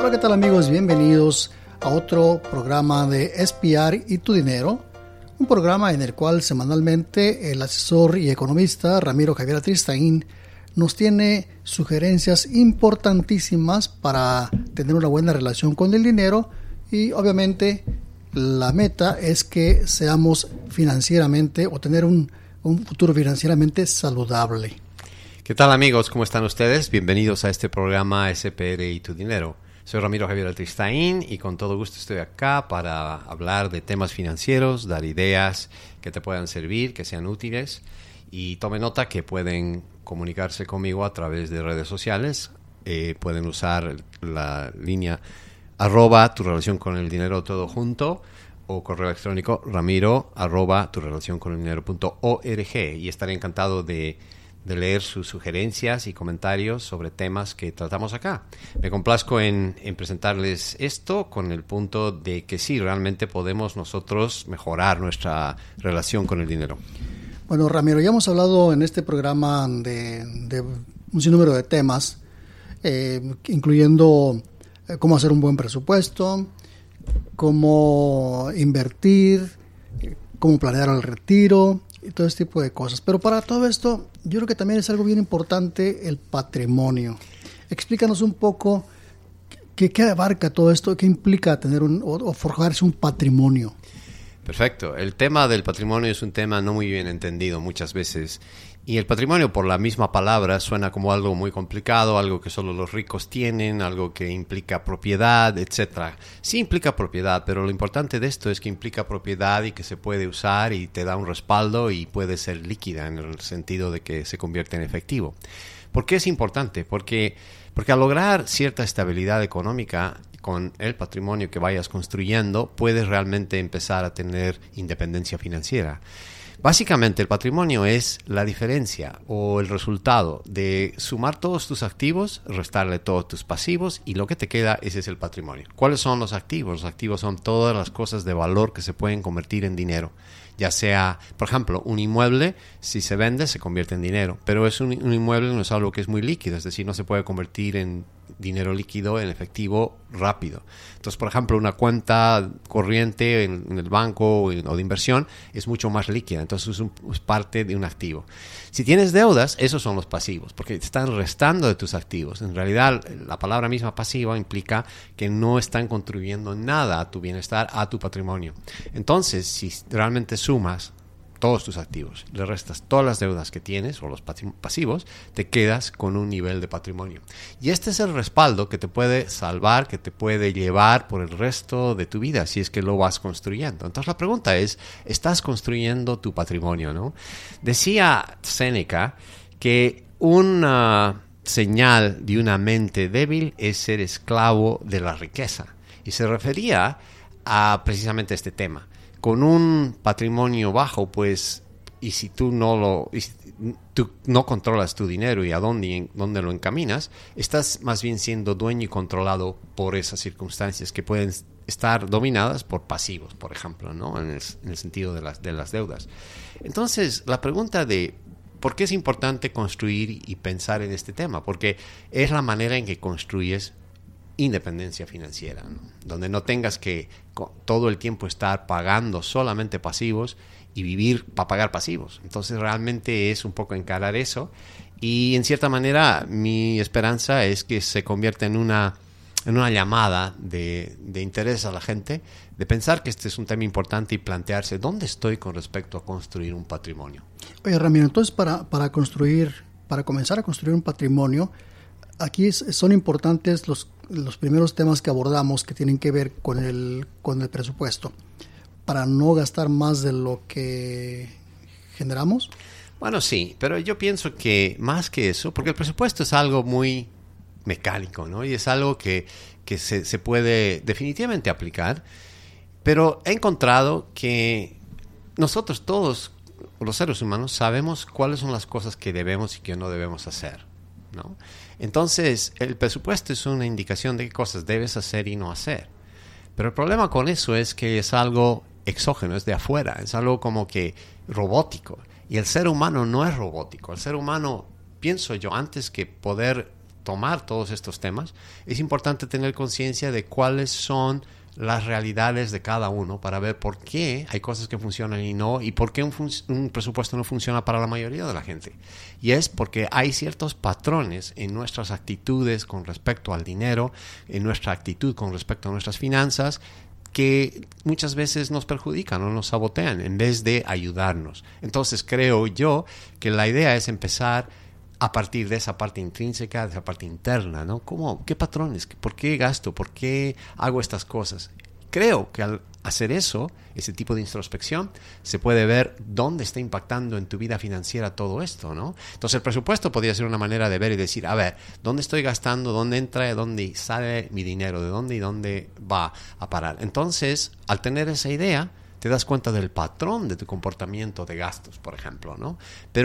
Hola, ¿qué tal amigos? Bienvenidos a otro programa de Espiar y tu Dinero, un programa en el cual semanalmente el asesor y economista Ramiro Javier Atristain nos tiene sugerencias importantísimas para tener una buena relación con el dinero y obviamente la meta es que seamos financieramente o tener un futuro financieramente saludable. ¿Qué tal amigos? ¿Cómo están ustedes? Bienvenidos a este programa SPR y tu Dinero. Soy Ramiro Javier Atristain y con todo gusto estoy acá para hablar de temas financieros, dar ideas que te puedan servir, que sean útiles. Y tome nota que pueden comunicarse conmigo a través de redes sociales. Pueden usar la línea @ tu relación con el dinero todo junto o correo electrónico ramiro @ tu relación con el dinero.org y estaré encantado de leer sus sugerencias y comentarios sobre temas que tratamos acá. Me complazco en presentarles esto con el punto de que sí, realmente podemos nosotros mejorar nuestra relación con el dinero. Bueno, Ramiro, ya hemos hablado en este programa de un sinnúmero de temas, incluyendo cómo hacer un buen presupuesto, cómo invertir, cómo planear el retiro y todo este tipo de cosas. Pero para todo esto, yo creo que también es algo bien importante el patrimonio. Explícanos un poco qué abarca todo esto, qué implica tener o forjarse un patrimonio. Perfecto. El tema del patrimonio es un tema no muy bien entendido muchas veces. Y el patrimonio, por la misma palabra, suena como algo muy complicado, algo que solo los ricos tienen, algo que implica propiedad, etc. Sí implica propiedad, pero lo importante de esto es que implica propiedad y que se puede usar y te da un respaldo y puede ser líquida en el sentido de que se convierte en efectivo. ¿Por qué es importante? Porque al lograr cierta estabilidad económica con el patrimonio que vayas construyendo, puedes realmente empezar a tener independencia financiera. Básicamente el patrimonio es la diferencia o el resultado de sumar todos tus activos, restarle todos tus pasivos y lo que te queda, ese es el patrimonio. ¿Cuáles son los activos? Los activos son todas las cosas de valor que se pueden convertir en dinero. Ya sea, por ejemplo, un inmueble, si se vende, se convierte en dinero. Pero un inmueble no es algo que es muy líquido, es decir, no se puede convertir en dinero líquido, en efectivo, rápido. Entonces, por ejemplo, una cuenta corriente en el banco o de inversión es mucho más líquida, entonces es parte de un activo. Si tienes deudas, esos son los pasivos, porque te están restando de tus activos. En realidad, la palabra misma pasiva implica que no están contribuyendo nada a tu bienestar, a tu patrimonio. Entonces, si realmente sumas todos tus activos, le restas todas las deudas que tienes o los pasivos, te quedas con un nivel de patrimonio. Y este es el respaldo que te puede salvar, que te puede llevar por el resto de tu vida si es que lo vas construyendo. Entonces la pregunta es, ¿estás construyendo tu patrimonio, no? Decía Séneca que una señal de una mente débil es ser esclavo de la riqueza. Y se refería a precisamente este tema. Con un patrimonio bajo, pues, y si tú no controlas tu dinero y a dónde lo encaminas, estás más bien siendo dueño y controlado por esas circunstancias que pueden estar dominadas por pasivos, por ejemplo, ¿no? En el sentido de las deudas. Entonces, la pregunta de ¿por qué es importante construir y pensar en este tema? Porque es la manera en que construyes independencia financiera, ¿no? Donde no tengas que todo el tiempo estar pagando solamente pasivos y vivir para pagar pasivos. Entonces realmente es un poco encarar eso y en cierta manera mi esperanza es que se convierta en una llamada de interés a la gente, de pensar que este es un tema importante y plantearse ¿dónde estoy con respecto a construir un patrimonio? Oye, Ramiro, entonces para comenzar a construir un patrimonio, aquí son importantes los primeros temas que abordamos que tienen que ver con el presupuesto, para no gastar más de lo que generamos. Bueno, sí, pero yo pienso que más que eso, porque el presupuesto es algo muy mecánico, ¿no? Y es algo que se puede definitivamente aplicar, pero he encontrado que nosotros todos, los seres humanos, sabemos cuáles son las cosas que debemos y que no debemos hacer, ¿no? Entonces, el presupuesto es una indicación de qué cosas debes hacer y no hacer. Pero el problema con eso es que es algo exógeno, es de afuera, es algo como que robótico. Y el ser humano no es robótico. El ser humano, pienso yo, antes que poder tomar todos estos temas, es importante tener conciencia de cuáles son las realidades de cada uno para ver por qué hay cosas que funcionan y no, y por qué un presupuesto no funciona para la mayoría de la gente. Y es porque hay ciertos patrones en nuestras actitudes con respecto al dinero, en nuestra actitud con respecto a nuestras finanzas, que muchas veces nos perjudican o nos sabotean en vez de ayudarnos. Entonces creo yo que la idea es empezar a partir de esa parte intrínseca, de esa parte interna, ¿no? ¿Qué patrones? ¿Por qué gasto? ¿Por qué hago estas cosas? Creo que al hacer eso, ese tipo de introspección, se puede ver dónde está impactando en tu vida financiera todo esto, ¿no? Entonces el presupuesto podría ser una manera de ver y decir, a ver, ¿dónde estoy gastando? ¿Dónde entra? ¿Dónde sale mi dinero? ¿De dónde y dónde va a parar? Entonces, al tener esa idea, te das cuenta del patrón de tu comportamiento de gastos, por ejemplo, ¿no?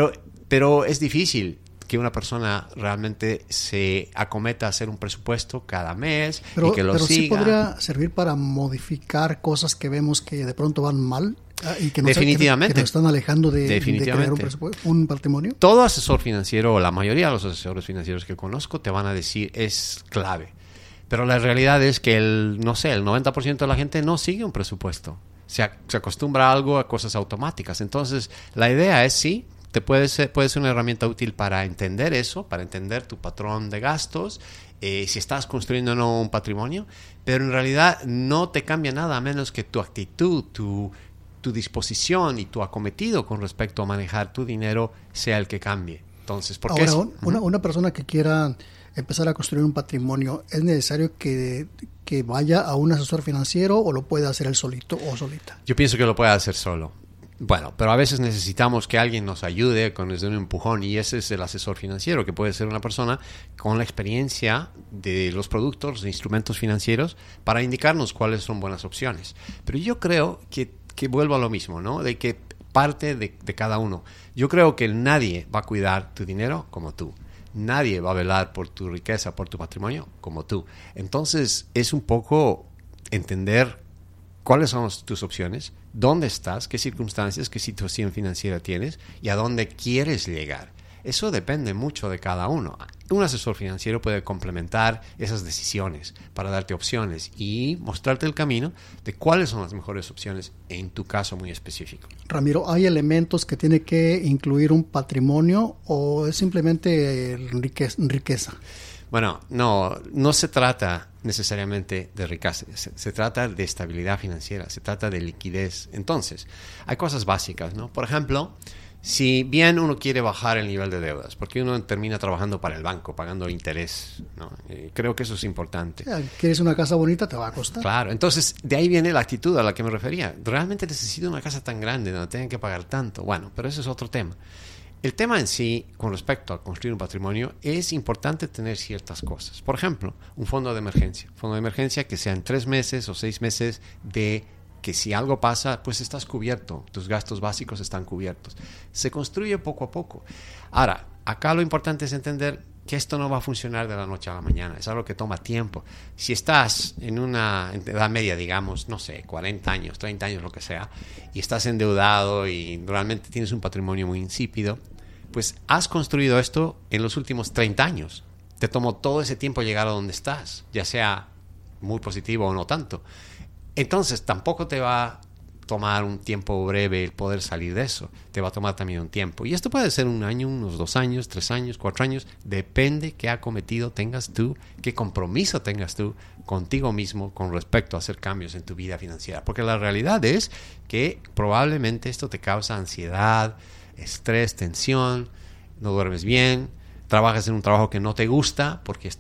Pero es difícil que una persona realmente se acometa a hacer un presupuesto cada mes y que lo siga. Pero sí podría servir para modificar cosas que vemos que de pronto van mal y que nos están alejando de crear un patrimonio. Todo asesor financiero, o la mayoría de los asesores financieros que conozco, te van a decir es clave. Pero la realidad es que el 90% de la gente no sigue un presupuesto. Se acostumbra a algo, a cosas automáticas. Entonces, la idea es sí, puede ser una herramienta útil para entender eso, para entender tu patrón de gastos, si estás construyendo o no un patrimonio, pero en realidad no te cambia nada a menos que tu actitud, tu disposición y tu acometido con respecto a manejar tu dinero sea el que cambie. Entonces, ¿por qué? Ahora, una persona que quiera empezar a construir un patrimonio, ¿es necesario que vaya a un asesor financiero o lo puede hacer él solito o solita? Yo pienso que lo puede hacer solo. Bueno, pero a veces necesitamos que alguien nos ayude con un empujón, y ese es el asesor financiero, que puede ser una persona con la experiencia de los productos, los instrumentos financieros, para indicarnos cuáles son buenas opciones. Pero yo creo que vuelvo a lo mismo, ¿no? De que parte de cada uno. Yo creo que nadie va a cuidar tu dinero como tú. Nadie va a velar por tu riqueza, por tu patrimonio como tú. Entonces es un poco entender cuáles son tus opciones, dónde estás, qué circunstancias, qué situación financiera tienes y a dónde quieres llegar. Eso depende mucho de cada uno. Un asesor financiero puede complementar esas decisiones para darte opciones y mostrarte el camino de cuáles son las mejores opciones en tu caso muy específico. Ramiro, ¿hay elementos que tiene que incluir un patrimonio o es simplemente riqueza? Bueno, no se trata necesariamente de riqueza, se trata de estabilidad financiera, se trata de liquidez. Entonces, hay cosas básicas, ¿no? Por ejemplo, si bien uno quiere bajar el nivel de deudas, porque uno termina trabajando para el banco, pagando interés, ¿no? Creo que eso es importante. ¿Quieres una casa bonita? Te va a costar. Claro, entonces de ahí viene la actitud a la que me refería. ¿Realmente necesito una casa tan grande donde tengan que pagar tanto? Bueno, pero eso es otro tema. El tema en sí, con respecto a construir un patrimonio, es importante tener ciertas cosas. Por ejemplo, un fondo de emergencia. Fondo de emergencia que sea en 3 meses o 6 meses de que si algo pasa, pues estás cubierto. Tus gastos básicos están cubiertos. Se construye poco a poco. Ahora, acá lo importante es entender que esto no va a funcionar de la noche a la mañana. Es algo que toma tiempo. Si estás en una edad media, digamos, 40 años, 30 años, lo que sea, y estás endeudado y realmente tienes un patrimonio muy insípido, pues has construido esto en los últimos 30 años. Te tomó todo ese tiempo llegar a donde estás, ya sea muy positivo o no tanto. Entonces tampoco te va a tomar un tiempo breve el poder salir de eso. Te va a tomar también un tiempo. Y esto puede ser 1 año, unos 2 años, 3 años, 4 años. Depende qué acometido tengas tú, qué compromiso tengas tú contigo mismo con respecto a hacer cambios en tu vida financiera. Porque la realidad es que probablemente esto te causa ansiedad, estrés, tensión, no duermes bien, trabajas en un trabajo que no te gusta porque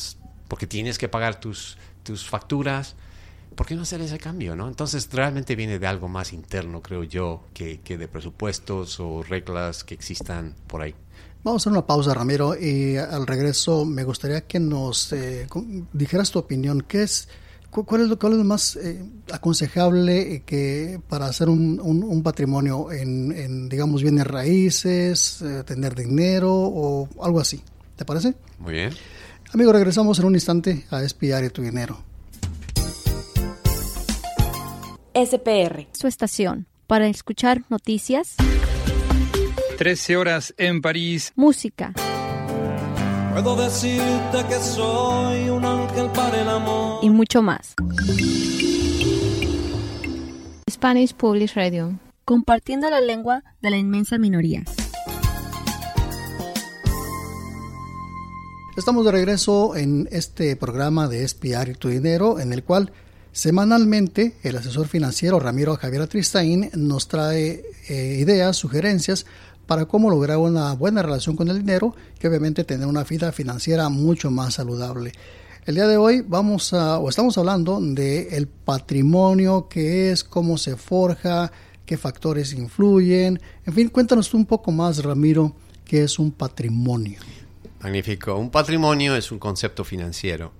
tienes que pagar tus facturas. ¿Por qué no hacer ese cambio, no? Entonces realmente viene de algo más interno, creo yo, que de presupuestos o reglas que existan por ahí. Vamos a hacer una pausa, Ramiro, y al regreso me gustaría que nos dijeras tu opinión. ¿Cuál es lo más aconsejable para hacer un patrimonio en digamos, bienes raíces, tener dinero o algo así? ¿Te parece? Muy bien. Amigo, regresamos en un instante a Espiar y tu dinero. SPR, su estación para escuchar noticias, 13 horas en París, música, Puedo decirte que soy un ángel para el amor. Y mucho más. Spanish Publish Radio. Compartiendo la lengua de la inmensa minoría. Estamos de regreso en este programa de Espiar y tu dinero, en el cual semanalmente el asesor financiero Ramiro Javier Atristain nos trae ideas, sugerencias para cómo lograr una buena relación con el dinero y obviamente tener una vida financiera mucho más saludable. El día de hoy estamos hablando del patrimonio, qué es, cómo se forja, qué factores influyen. En fin, cuéntanos tú un poco más, Ramiro, qué es un patrimonio. Magnífico. Un patrimonio es un concepto financiero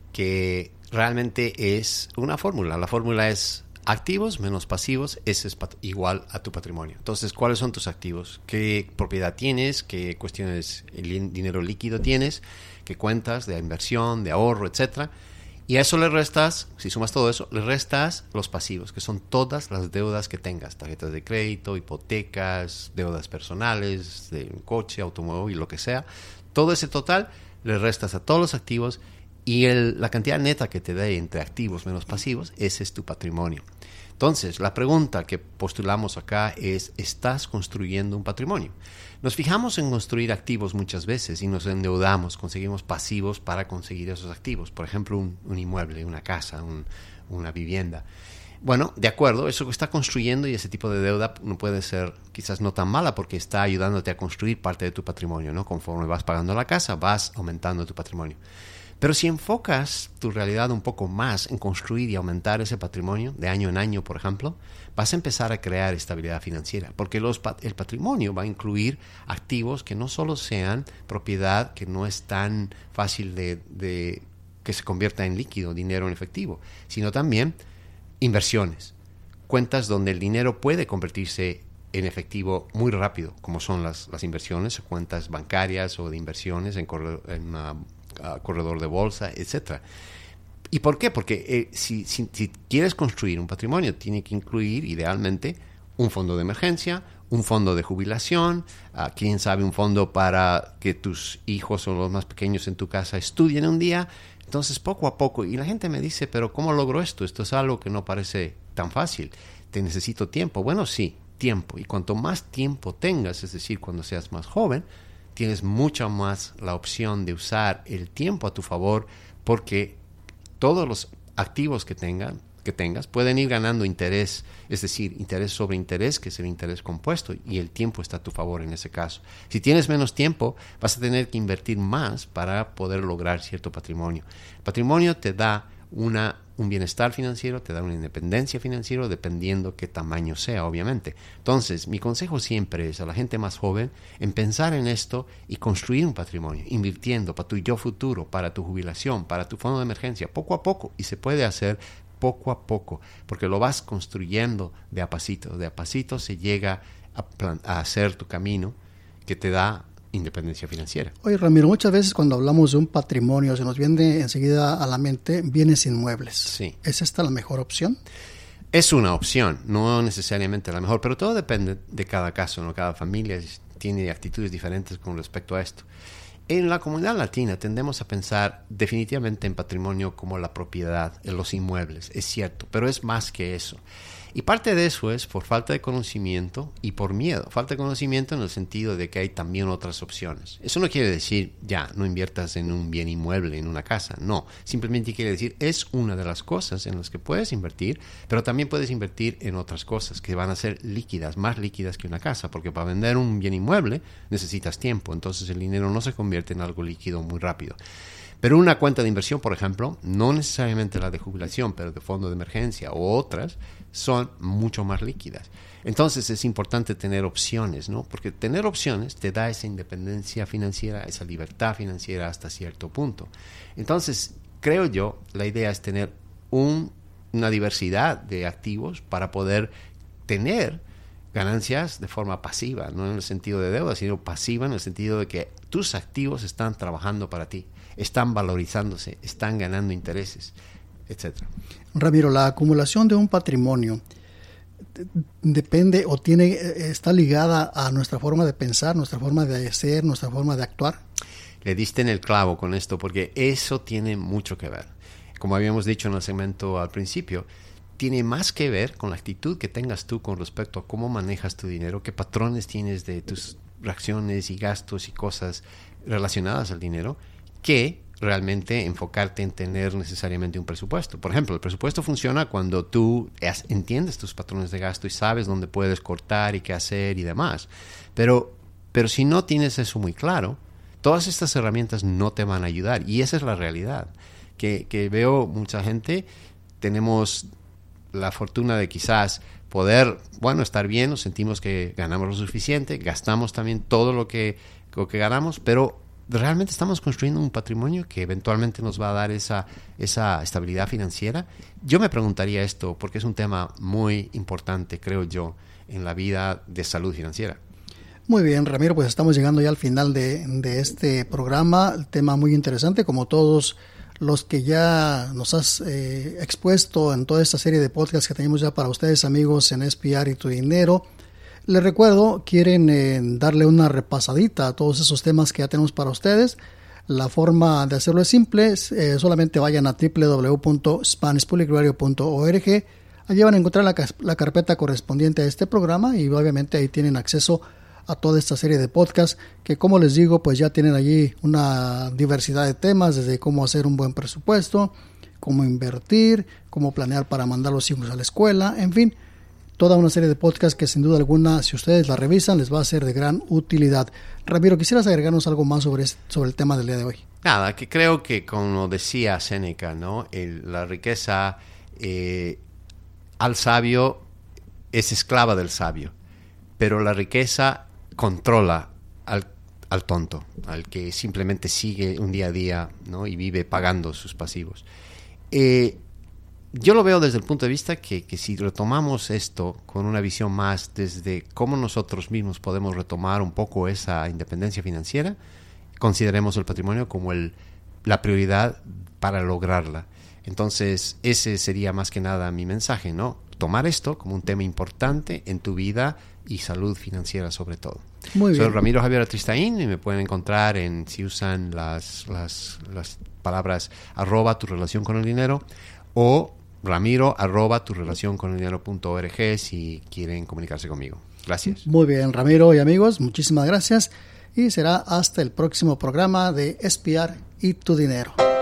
que realmente es una fórmula. La fórmula es activos menos pasivos, ese es igual a tu patrimonio. Entonces, ¿cuáles son tus activos? ¿Qué propiedad tienes? ¿Qué cuestiones, dinero líquido tienes? ¿Qué cuentas de inversión, de ahorro, etcétera? Y a eso le restas, si sumas todo eso, le restas los pasivos, que son todas las deudas que tengas. Tarjetas de crédito, hipotecas, deudas personales, de un coche, automóvil, lo que sea. Todo ese total le restas a todos los activos y la cantidad neta que te dé entre activos menos pasivos, ese es tu patrimonio. Entonces, la pregunta que postulamos acá es, ¿estás construyendo un patrimonio? Nos fijamos en construir activos muchas veces y nos endeudamos, conseguimos pasivos para conseguir esos activos. Por ejemplo, un inmueble, una casa, una vivienda. Bueno, de acuerdo, eso que está construyendo y ese tipo de deuda no puede ser quizás no tan mala porque está ayudándote a construir parte de tu patrimonio, ¿no? Conforme vas pagando la casa, vas aumentando tu patrimonio. Pero si enfocas tu realidad un poco más en construir y aumentar ese patrimonio de año en año, por ejemplo, vas a empezar a crear estabilidad financiera, porque el patrimonio va a incluir activos que no solo sean propiedad, que no es tan fácil de que se convierta en líquido, dinero en efectivo, sino también inversiones, cuentas donde el dinero puede convertirse en efectivo muy rápido, como son las inversiones, cuentas bancarias o de inversiones en corredor de bolsa, etcétera. ¿Y por qué? Porque si quieres construir un patrimonio, tiene que incluir idealmente un fondo de emergencia, un fondo de jubilación, quién sabe, un fondo para que tus hijos o los más pequeños en tu casa estudien un día. Entonces, poco a poco, y la gente me dice, pero ¿cómo logro esto? Esto es algo que no parece tan fácil. ¿Te necesito tiempo? Bueno, sí, tiempo. Y cuanto más tiempo tengas, es decir, cuando seas más joven, tienes mucha más la opción de usar el tiempo a tu favor porque todos los activos que tengas pueden ir ganando interés, es decir, interés sobre interés, que es el interés compuesto, y el tiempo está a tu favor en ese caso. Si tienes menos tiempo, vas a tener que invertir más para poder lograr cierto patrimonio. El patrimonio te da un bienestar financiero, te da una independencia financiera, dependiendo qué tamaño sea, obviamente. Entonces, mi consejo siempre es a la gente más joven en pensar en esto y construir un patrimonio, invirtiendo para tu yo futuro, para tu jubilación, para tu fondo de emergencia, poco a poco, y se puede hacer poco a poco, porque lo vas construyendo de a pasito se llega a hacer tu camino que te da independencia financiera. Oye, Ramiro, muchas veces cuando hablamos de un patrimonio se nos viene enseguida a la mente bienes inmuebles. Sí. ¿Es esta la mejor opción? Es una opción, no necesariamente la mejor, pero todo depende de cada caso, ¿no? Cada familia tiene actitudes diferentes con respecto a esto. En la comunidad latina tendemos a pensar definitivamente en patrimonio como la propiedad, en los inmuebles, es cierto, pero es más que eso. Y parte de eso es por falta de conocimiento y por miedo. Falta de conocimiento en el sentido de que hay también otras opciones. Eso no quiere decir, ya, no inviertas en un bien inmueble, en una casa. No, simplemente quiere decir, es una de las cosas en las que puedes invertir, pero también puedes invertir en otras cosas que van a ser líquidas, más líquidas que una casa, porque para vender un bien inmueble necesitas tiempo. Entonces el dinero no se convierte en algo líquido muy rápido. Pero una cuenta de inversión, por ejemplo, no necesariamente la de jubilación, pero de fondo de emergencia o otras, son mucho más líquidas. Entonces es importante tener opciones, ¿no? Porque tener opciones te da esa independencia financiera, esa libertad financiera hasta cierto punto. Entonces, creo yo, la idea es tener una diversidad de activos para poder tener ganancias de forma pasiva, no en el sentido de deuda, sino pasiva en el sentido de que tus activos están trabajando para ti, están valorizándose, están ganando intereses, etcétera. Ramiro, la acumulación de un patrimonio depende o está ligada a nuestra forma de pensar, nuestra forma de ser, nuestra forma de actuar. le diste en el clavo con esto, porque eso tiene mucho que ver. Como habíamos dicho en el segmento al principio, tiene más que ver con la actitud que tengas tú con respecto a cómo manejas tu dinero, qué patrones tienes de tus reacciones y gastos y cosas relacionadas al dinero, que realmente enfocarte en tener necesariamente un presupuesto. Por ejemplo, el presupuesto funciona cuando tú entiendes tus patrones de gasto y sabes dónde puedes cortar y qué hacer y demás. Pero si no tienes eso muy claro, todas estas herramientas no te van a ayudar. Y esa es la realidad. Que veo mucha gente, tenemos la fortuna de quizás poder, estar bien, nos sentimos que ganamos lo suficiente, gastamos también todo lo que ganamos, pero realmente estamos construyendo un patrimonio que eventualmente nos va a dar esa estabilidad financiera. Yo me preguntaría esto porque es un tema muy importante, creo yo, en la vida de salud financiera. Muy bien, Ramiro, pues estamos llegando ya al final de este programa. El tema muy interesante, como todos los que ya nos has expuesto en toda esta serie de podcasts que tenemos ya para ustedes, amigos, en SPR y Tu Dinero. Les recuerdo, quieren darle una repasadita a todos esos temas que ya tenemos para ustedes. La forma de hacerlo es simple, solamente vayan a www.spanishpublicradio.org. Allí van a encontrar la carpeta correspondiente a este programa y obviamente ahí tienen acceso a toda esta serie de podcasts que, como les digo, pues ya tienen allí una diversidad de temas, desde cómo hacer un buen presupuesto, cómo invertir, cómo planear para mandar a los hijos a la escuela, en fin, toda una serie de podcasts que sin duda alguna, si ustedes la revisan, les va a ser de gran utilidad. Ramiro, ¿quisieras agregarnos algo más sobre el tema del día de hoy? Nada, que creo que como decía Séneca, ¿no? La riqueza al sabio es esclava del sabio, pero la riqueza controla al tonto, al que simplemente sigue un día a día, ¿no? Y vive pagando sus pasivos. Yo lo veo desde el punto de vista que si retomamos esto con una visión más desde cómo nosotros mismos podemos retomar un poco esa independencia financiera, consideremos el patrimonio como la prioridad para lograrla. Entonces, ese sería más que nada mi mensaje, ¿no? Tomar esto como un tema importante en tu vida y salud financiera sobre todo. Muy bien. Soy Ramiro Javier Atristain y me pueden encontrar si usan las palabras @ tu relación con el dinero o Ramiro @turelacionconeldinero.org si quieren comunicarse conmigo. Gracias. Muy bien, Ramiro y amigos, muchísimas gracias y será hasta el próximo programa de SPR y Tu Dinero.